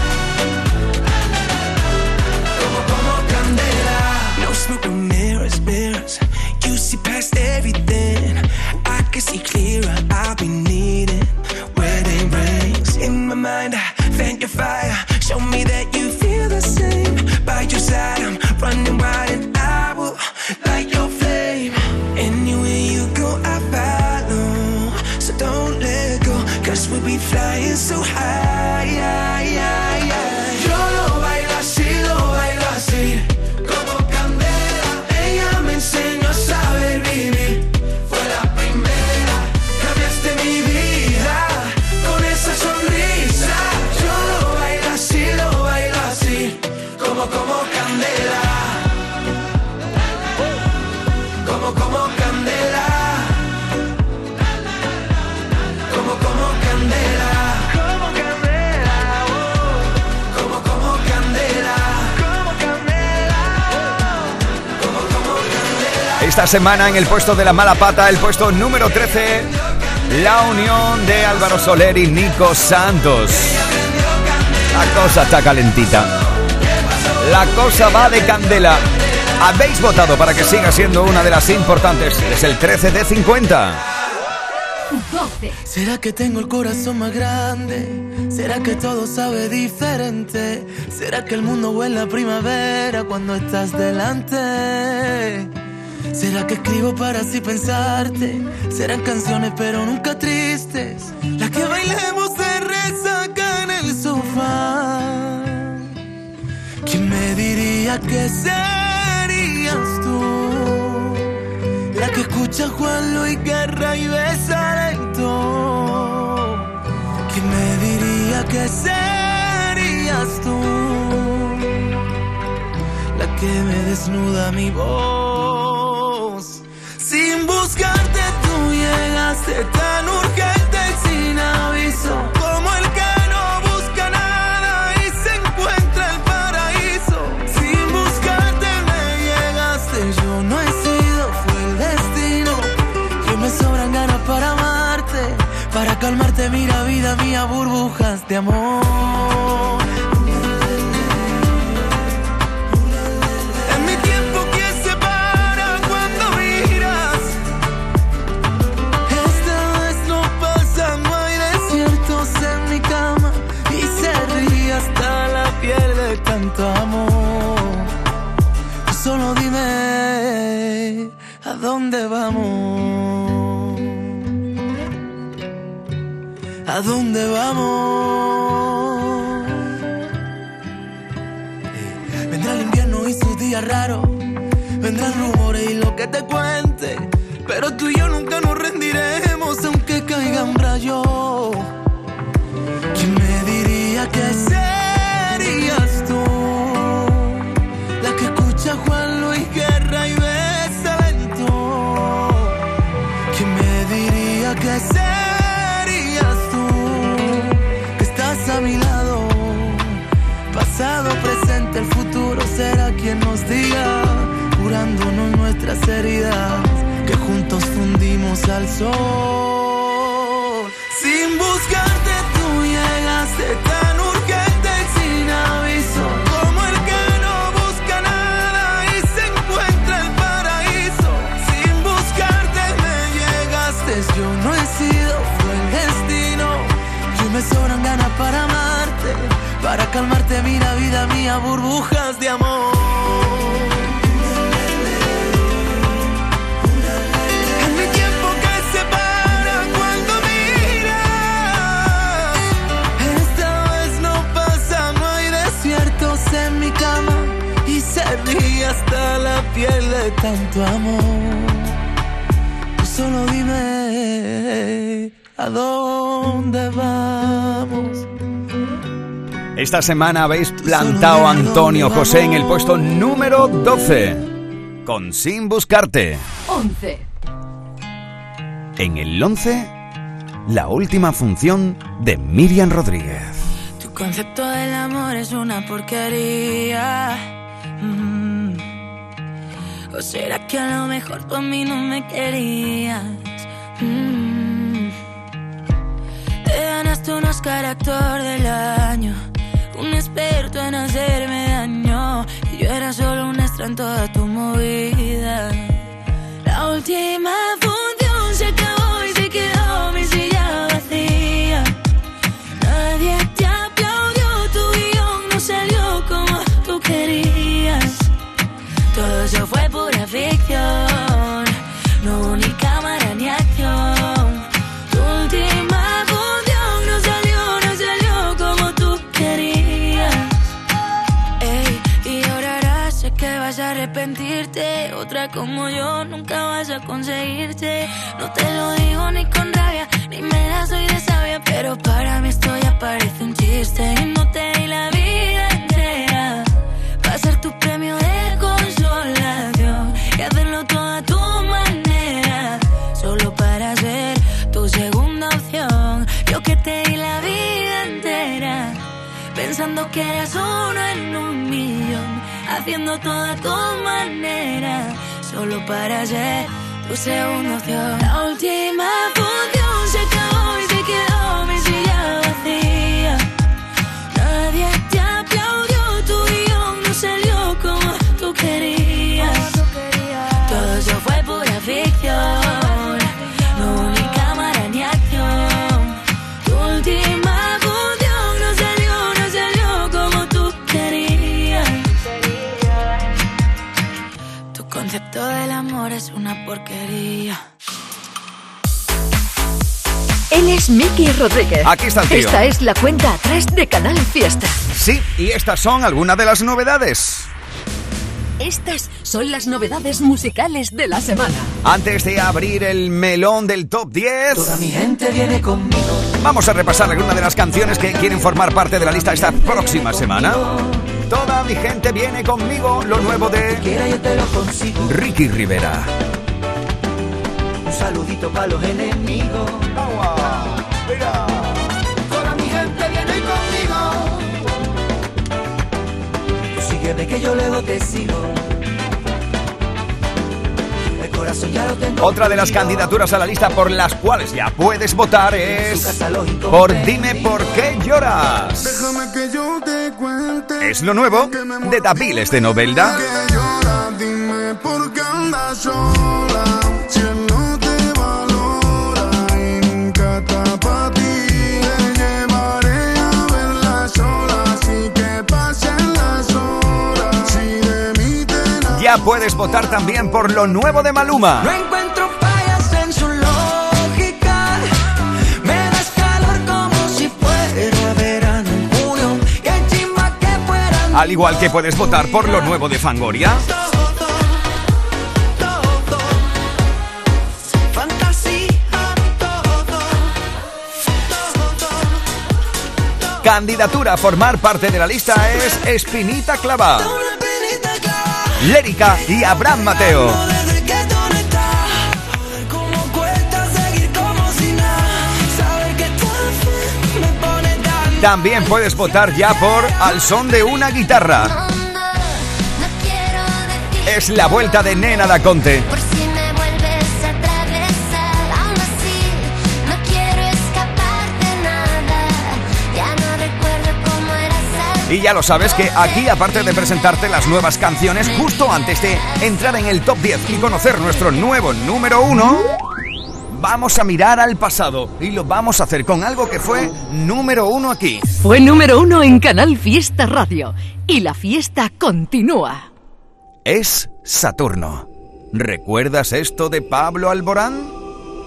Como candela. No smoke, no mirrors, mirrors. You see past everything. I can see clearer. I've been needing wedding rings. In my mind, I thank your fire. Show me that you feel the same. By your side, I'm running wild and I will light your flame. Anywhere you go, I follow. So don't let go, 'cause we'll be flying so high. Yo lo bailo así, como candela. Ella me enseñó a saber vivir. Fue la primera, cambiaste mi vida con esa sonrisa. Yo lo bailo así, como candela. Como candela. Como candela. Como candela. Como candela. Como candela. Como candela. Esta semana en el puesto de la mala pata, el puesto número 13, la unión de Álvaro Soler y Nico Santos. La cosa está calentita. La cosa va de candela. Habéis votado para que siga siendo una de las importantes. Es el 13 de 50. 12. ¿Será que tengo el corazón más grande? ¿Será que todo sabe diferente? ¿Será que el mundo huele a primavera cuando estás delante? ¿Será que escribo para así pensarte? ¿Serán canciones pero nunca tristes? Las que bailemos de resaca en el sofá. ¿Quién me diría que serías tú? La que escucha a Juan Luis Guerra y besa lento. ¿Quién me diría que serías tú? La que me desnuda mi voz. Sin buscarte tú llegaste tan urgente y sin aviso. Como el que no busca nada y se encuentra el paraíso. Sin buscarte me llegaste, yo no he sido, fue el destino. Que me sobran ganas para amarte, para calmarte, mira vida mía, burbujas de amor. Tanto amor, solo dime a dónde vamos, a dónde vamos. Vendrá el invierno y sus días raros, vendrán rumores y lo que te cuente, pero tú y yo nunca nos rendiremos aunque caigan rayos. ¿Quién me diría que serías tú? La que escucha a Juan Luis Guerra y besa lento. ¿Quién me diría que serías tú? Que estás a mi lado, pasado, presente, el futuro será quien nos diga, curándonos nuestras heridas, que juntos fundimos al sol. Sin buscarte tú llegaste tan urgente y sin aviso. Como el que no busca nada y se encuentra el paraíso. Sin buscarte me vida mía, burbujas de amor. En mi tiempo que se para cuando miras, esta vez no pasa, no hay desiertos en mi cama y se ríe hasta la piel de tanto amor. Tú solo dime ¿a dónde vamos? Esta semana habéis plantado a Antonio José en el puesto número 12, con Sin Buscarte. 11. En el 11, la última función de Miriam Rodríguez. Tu concepto del amor es una porquería. ¿O será que a lo mejor tú a mí no me querías? Te ganaste un Oscar actor del año, un experto en hacerme daño, y yo era solo un extra en toda tu movida. La última función se acabó y se quedó mi silla vacía. Nadie te aplaudió, tu guión no salió como tú querías. Todo eso fue pura ficción, no hubo ni cámara ni acción. Tu última función no salió como tú querías. Ey, y ahora sé que vas a arrepentirte, otra como yo nunca vas a conseguirte. No te lo digo ni con rabia, ni me la soy de sabia, pero para mí esto ya parece un chiste. Y no te di la vida entera va a ser tu premio de consolación y hacerlo todo a tu manera, solo para ser tu segunda opción. Yo que te di la vida entera pensando que eras uno en un millón, haciendo todo a tu manera, solo para ser tu segunda opción. La última función se acabó y se quedó mi silla vacía. Nadie te aplaudió, tu guión no salió como tú querías. Todo eso fue pura ficción, no hubo ni cámara ni acción. Tu última función no salió como tú querías. Tu concepto del amor es una porquería. Él es Miki Rodríguez. Aquí está el tío. Esta es la cuenta atrás de Canal Fiesta. Sí, y estas son algunas de las novedades. Estas son las novedades musicales de la semana. Antes de abrir el melón del top 10, toda mi gente viene conmigo. Vamos a repasar algunas de las canciones que quieren formar parte de la lista esta próxima semana. Toda mi gente viene conmigo, lo nuevo de Ricky Rivera. Un saludito para los enemigos. Mira. Toda mi gente viene conmigo. Tú sígueme que yo luego te sigo. El corazón ya lo tengo. Otra de las candidaturas a la lista por las cuales ya puedes votar es por Dime por qué lloras. Déjame que yo te cuente. Es lo nuevo de Daviles de Novelda. Que llora, dime por qué andas sola. Si él no te valora y nunca está pa' ti, le llevaré a verla sola. Así que pasen las horas. Si de mí te enamoras. Ya puedes votar también por lo nuevo de Maluma. No encuentro fallas en su lógica. Me das calor como si fuera verano en junio. Y encima que fueran. Al igual que puedes votar por lo nuevo de Fangoria. Candidatura a formar parte de la lista es Espinita Clava, Lérica y Abraham Mateo. También puedes votar ya por Al son de una guitarra. Es la vuelta de Nena Daconte. Y ya lo sabes que aquí, aparte de presentarte las nuevas canciones justo antes de entrar en el top 10 y conocer nuestro nuevo número 1, Vamos a mirar al pasado y lo vamos a hacer con algo que fue número 1 aquí. Fue número 1 en Canal Fiesta Radio y la fiesta continúa. Es Saturno. ¿Recuerdas esto de Pablo Alborán?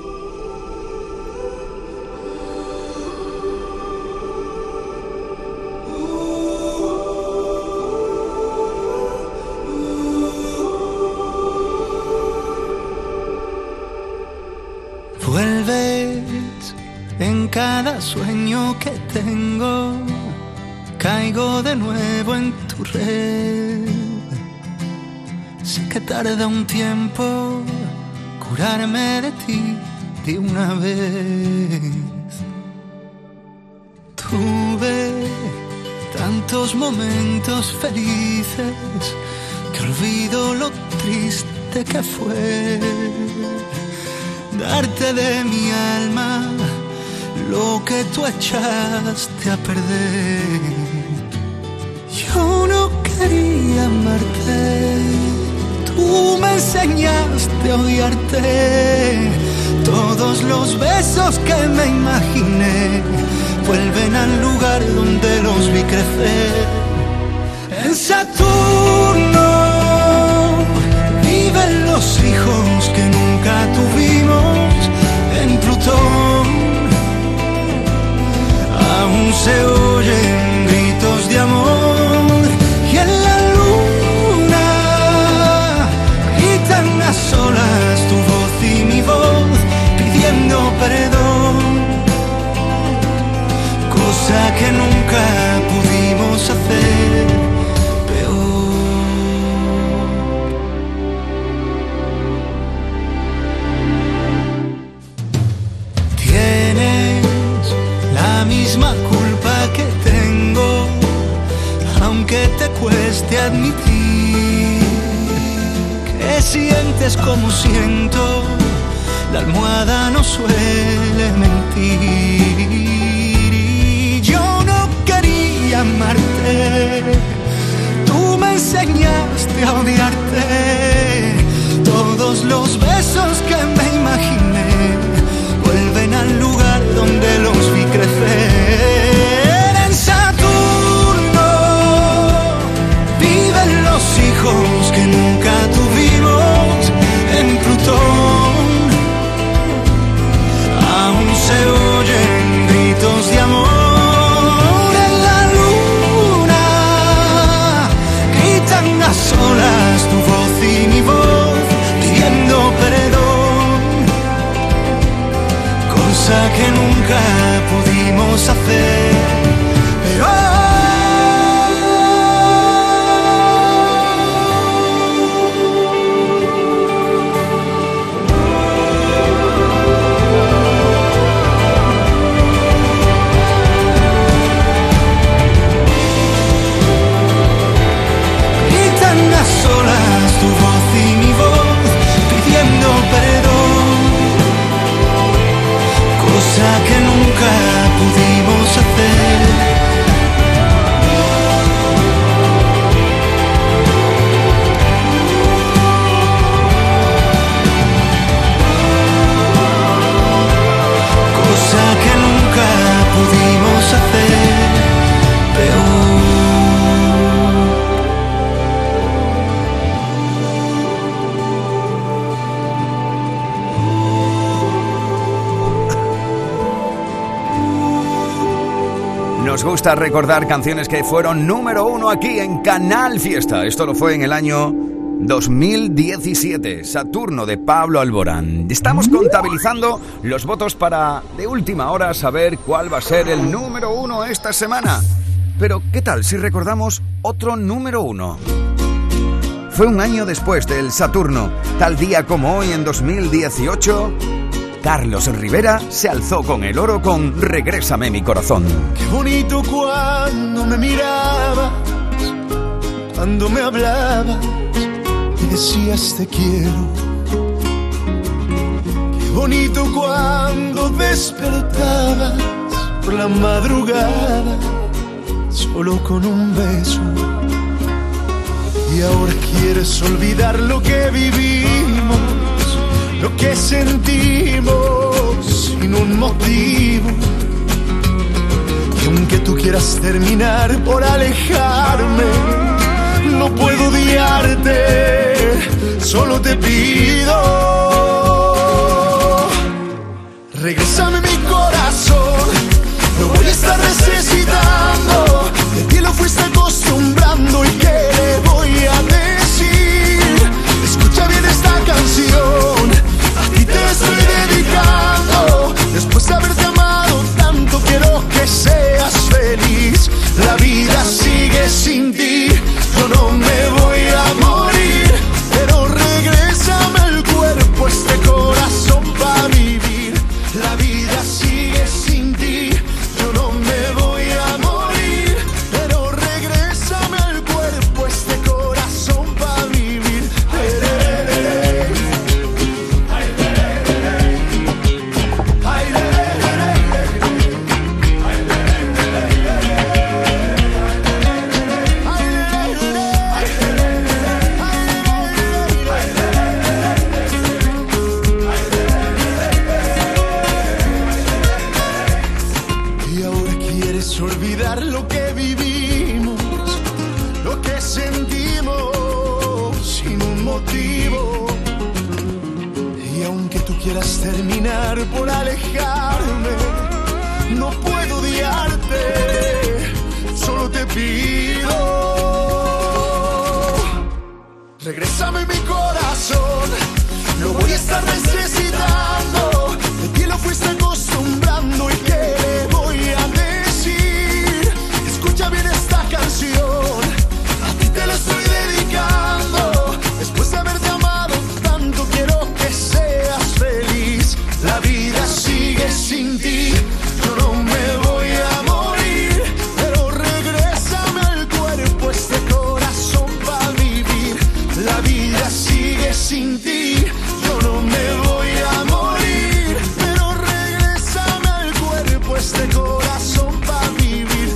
Vuelves en cada sueño que tengo, caigo de nuevo en tu red. Sé que tarda un tiempo curarme de ti de una vez. Tuve tantos momentos felices que olvido lo triste que fue darte de mi alma lo que tú echaste a perder. Yo no quería amarte, tú me enseñaste a odiarte. Todos los besos que me imaginé vuelven al lugar donde los vi crecer. En Saturno viven los hijos que nunca tuvimos. En Plutón aún se oyen gritos de amor. Y en la luna gritan a solas tu voz y mi voz pidiendo perdón, cosa que nunca pudimos hacer. Misma culpa que tengo, aunque te cueste admitir que sientes como siento, la almohada no suele mentir. Y yo no quería amarte, tú me enseñaste a odiarte. Todos los besos que me imaginé vuelven al lugar donde los vi crecer. En Saturno viven los hijos que nunca tuvimos. En Plutón aún se oyen gritos de amor. En la luna gritan a solas tu voz y mi voz pidiendo perdón, cosa que nunca pudimos hacer. Pero gritan a solas tu voz y mi voz pidiendo perdón, cosa que nunca pudimos hacer. Cosa que nunca pudimos hacer. Peor. Nos gusta recordar canciones que fueron número 1 aquí en Canal Fiesta. Esto lo fue en el año 2017. Saturno de Pablo Alborán. Estamos contabilizando los votos para, de última hora, saber cuál va a ser el número 1 esta semana. Pero, ¿qué tal si recordamos otro número 1? Fue un año después del Saturno. Tal día como hoy, en 2018... Carlos Rivera se alzó con el oro con Regrésame mi corazón. Qué bonito cuando me mirabas, cuando me hablabas y decías te quiero. Qué bonito cuando despertabas por la madrugada solo con un beso. Y ahora quieres olvidar lo que vivimos, lo que sentimos. un motivo. Y aunque tú quieras terminar por alejarme, no puedo odiarte, solo te pido. Regrésame mi corazón, lo voy a estar necesitando. De ti lo fuiste acostumbrando y ¿qué le voy a decir? Escucha bien esta canción, a ti te estoy dedicando. Después de haberte amado tanto, quiero que seas feliz. La vida sigue sin ti, yo no me voy a morir, pero regrésame el cuerpo, este corazón para vivir. La vida sigue sin ti, yo no me voy a morir, pero regrésame el cuerpo, este corazón para vivir. Y ahora quieres olvidar lo que vivimos, lo que sentimos sin un motivo. Y aunque tú quieras terminar por alejarme, no puedo odiarte, solo te pido. Regrésame mi corazón, lo voy a estar necesitando. De ti lo fuiste acostumbrando y ¿qué le voy a decir? Escucha bien esta canción, a ti te la estoy dedicando. Después de haberte amado tanto, quiero que seas feliz. La vida sigue sin ti, yo no me voy a morir, pero regrésame al cuerpo, este corazón para vivir. La vida sigue sin ti, yo no me voy a morir, pero regrésame al cuerpo, este corazón para vivir.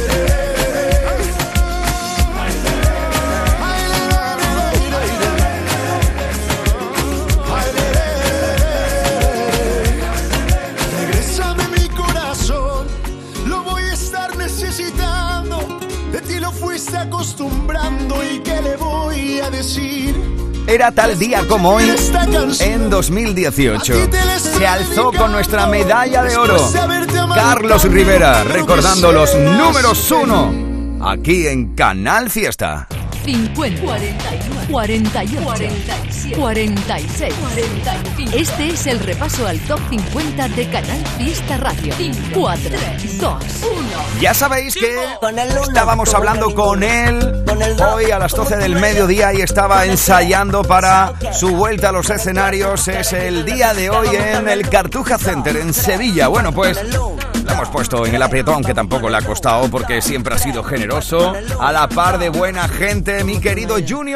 Regrésame mi corazón, lo voy a estar necesitando. De ti lo fuiste acostumbrando y ¿qué le voy a decir? Era tal día como hoy, en 2018. Se alzó con nuestra medalla de oro Carlos Rivera, recordando los números 1 aquí en Canal Fiesta. 50, 41, 48, 47, 46, 45. Este es el repaso al top 50 de Canal Fiesta Radio. 4, 2, 1. Ya sabéis que estábamos hablando con él hoy a las 12 del mediodía y estaba ensayando para su vuelta a los escenarios. Es el día de hoy en el Cartuja Center en Sevilla. Bueno, pues lo hemos puesto en el aprietón, que tampoco le ha costado porque siempre ha sido generoso, a la par de buena gente, mi querido Junior,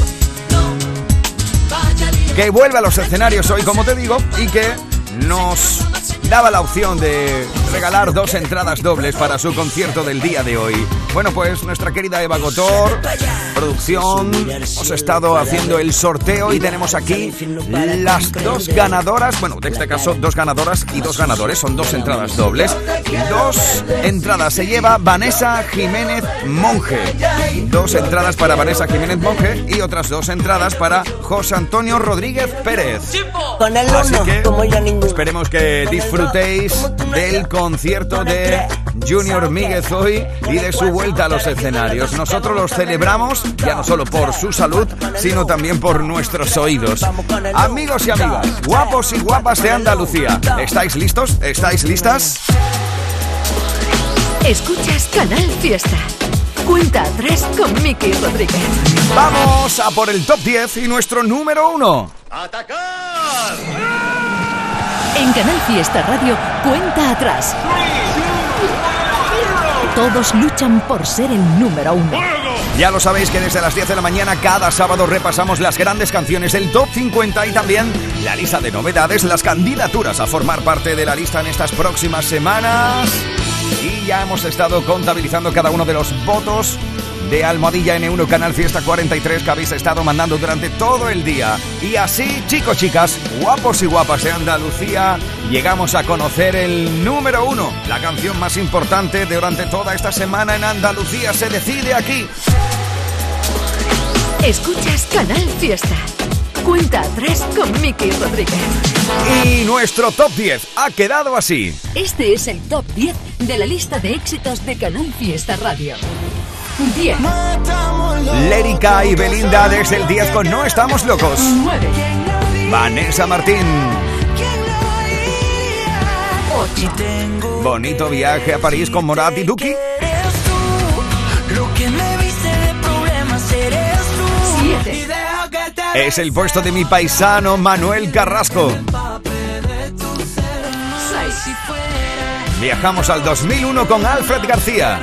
que vuelve a los escenarios hoy, como te digo, y que nos daba la opción de regalar 2 entradas dobles para su concierto del día de hoy. Bueno, pues nuestra querida Eva Gotor, producción, hemos estado haciendo el sorteo y tenemos aquí las 2 ganadoras. Bueno, en este caso 2 ganadoras y 2 ganadores, son 2 entradas dobles. 2 entradas se lleva Vanessa Jiménez Monge, 2 entradas para Vanessa Jiménez Monge y otras 2 entradas para José Antonio Rodríguez Pérez. Así que esperemos que disfrutéis del concierto de Junior Míguez hoy y de su vuelta a los escenarios. Nosotros los celebramos ya no solo por su salud, sino también por nuestros oídos. Amigos y amigas, guapos y guapas de Andalucía, ¿estáis listos? ¿Estáis listas? Escuchas Canal Fiesta. Cuenta atrás con Miki Rodríguez. Vamos a por el top 10 y nuestro número 1. ¡Atacar! En Canal Fiesta Radio, cuenta atrás. Todos luchan por ser el número 1. Ya lo sabéis que desde las 10 de la mañana cada sábado repasamos las grandes canciones del Top 50 y también la lista de novedades, las candidaturas a formar parte de la lista en estas próximas semanas. Y ya hemos estado contabilizando cada uno de los votos de Almohadilla N1 Canal Fiesta 43 que habéis estado mandando durante todo el día. Y así, chicos, chicas, guapos y guapas de Andalucía, llegamos a conocer el número 1. La canción más importante durante toda esta semana en Andalucía se decide aquí. Escuchas Canal Fiesta. Cuenta atrás con Miki Rodríguez. Y nuestro top 10 ha quedado así. Este es el top 10 de la lista de éxitos de Canal Fiesta Radio. 10. Lérica y Belinda desde el 10 con No Estamos Locos. 9. Vanessa Martín. 8. Bonito viaje a París con Morat y Duki. 7. Es el puesto de mi paisano Manuel Carrasco. 6. Viajamos al 2001 con Alfred García.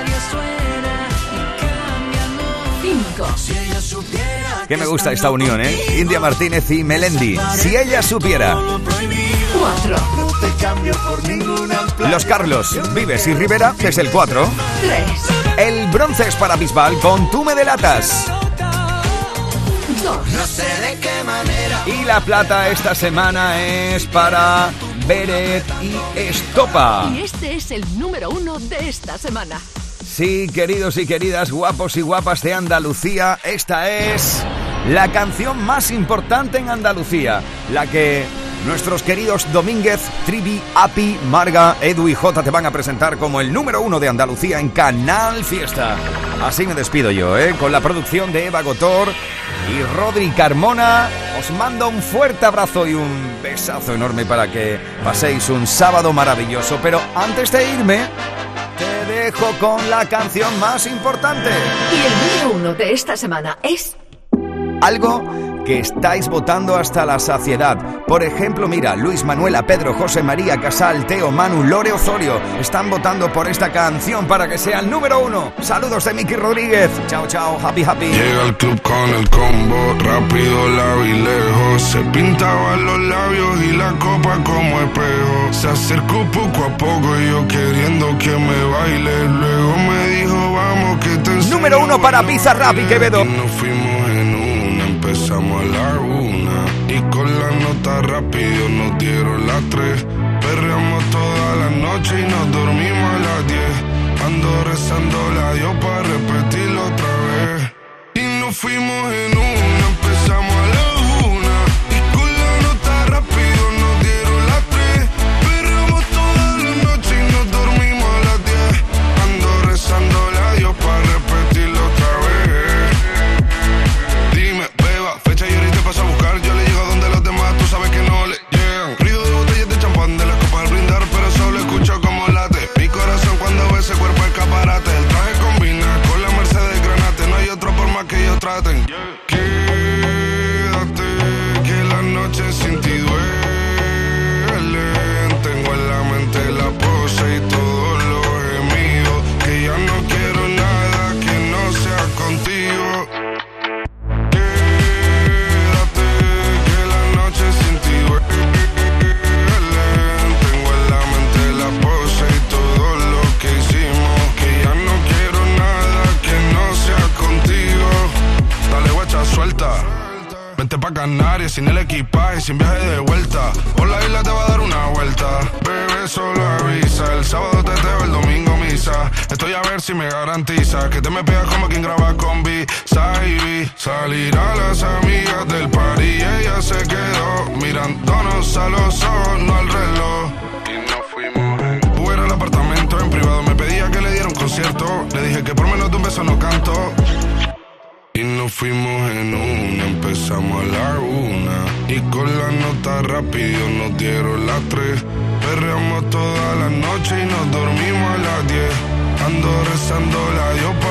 5. Que me gusta esta unión, ¿eh? India Martínez y Melendi. Si ella supiera. 4. Los Carlos, Vives y Rivera desde el 4. 3. El bronce es para Bisbal con Tú me delatas. 2. No sé de qué manera. Y la plata esta semana es para Beret y Estopa. Y este es el número 1 de esta semana. Sí, queridos y queridas, guapos y guapas de Andalucía, esta es la canción más importante en Andalucía, la que nuestros queridos Domínguez, Trivi, Api, Marga, Edu y Jota te van a presentar como el número 1 de Andalucía en Canal Fiesta. Así me despido yo, con la producción de Eva Gotor y Rodri Carmona. Os mando un fuerte abrazo y un besazo enorme para que paséis un sábado maravilloso. Pero antes de irme, te dejo con la canción más importante. Y el número 1 de esta semana es... algo que estáis votando hasta la saciedad. Por ejemplo, mira, Luis Manuela, Pedro, José María, Casal, Teo, Manu, Lore Osorio están votando por esta canción para que sea el número 1. Saludos de Miki Rodríguez. Chao, chao, happy, happy. Llega al club con el combo, rápido, la vi lejos. Se pintaban los labios y la copa como espejo. Se acercó poco a poco y yo queriendo que me baile. Luego me dijo, vamos que te enseño. Número 1 para Pizza Rap y Quevedo. Y nos fuimos en una, empezamos a la 1. Y con la nota rápido nos dieron las 3. Perreamos toda la noche y nos dormimos a las 10. Ando rezando la Dios para repetirlo otra vez. Y nos fuimos en una, empezamos a la 1. Y con la nota rápido nos dieron las 3. Perreamos toda la noche y nos dormimos a las 10. Ando rezando la Dios para repetirlo otra vez. Dime, beba, fecha y ahorita paso a buscar. Yo le llego donde los demás, tú sabes que no le llegan. Ruido de botellas de champán de la copa al brindar, pero solo escucho como late mi corazón cuando ve ese cuerpo escaparate. El traje combina con la Mercedes Granate. No hay otro por más que ellos traten. Quédate, que la noche sin ti duele. Tengo en la mente la pose y todo lo gemido. Que ya no quiero nada que no sea contigo. Suelta, vente pa' Canarias sin el equipaje, sin viaje de vuelta. Por la isla te va a dar una vuelta. Bebé, solo avisa. El sábado teteo, el domingo misa. Estoy a ver si me garantiza que te me pegas como quien graba con B-Side. Salir a las amigas del party y ella se quedó mirándonos a los ojos, no al reloj. Y nos fuimos en Uber al apartamento en privado. Me pedía que le diera un concierto. Le dije que por menos de un beso no canto. Y nos fuimos en una, empezamos a la 1. Y con la nota rápido nos dieron las 3. Perreamos toda la noche y nos dormimos a las 10. Ando rezando la Dios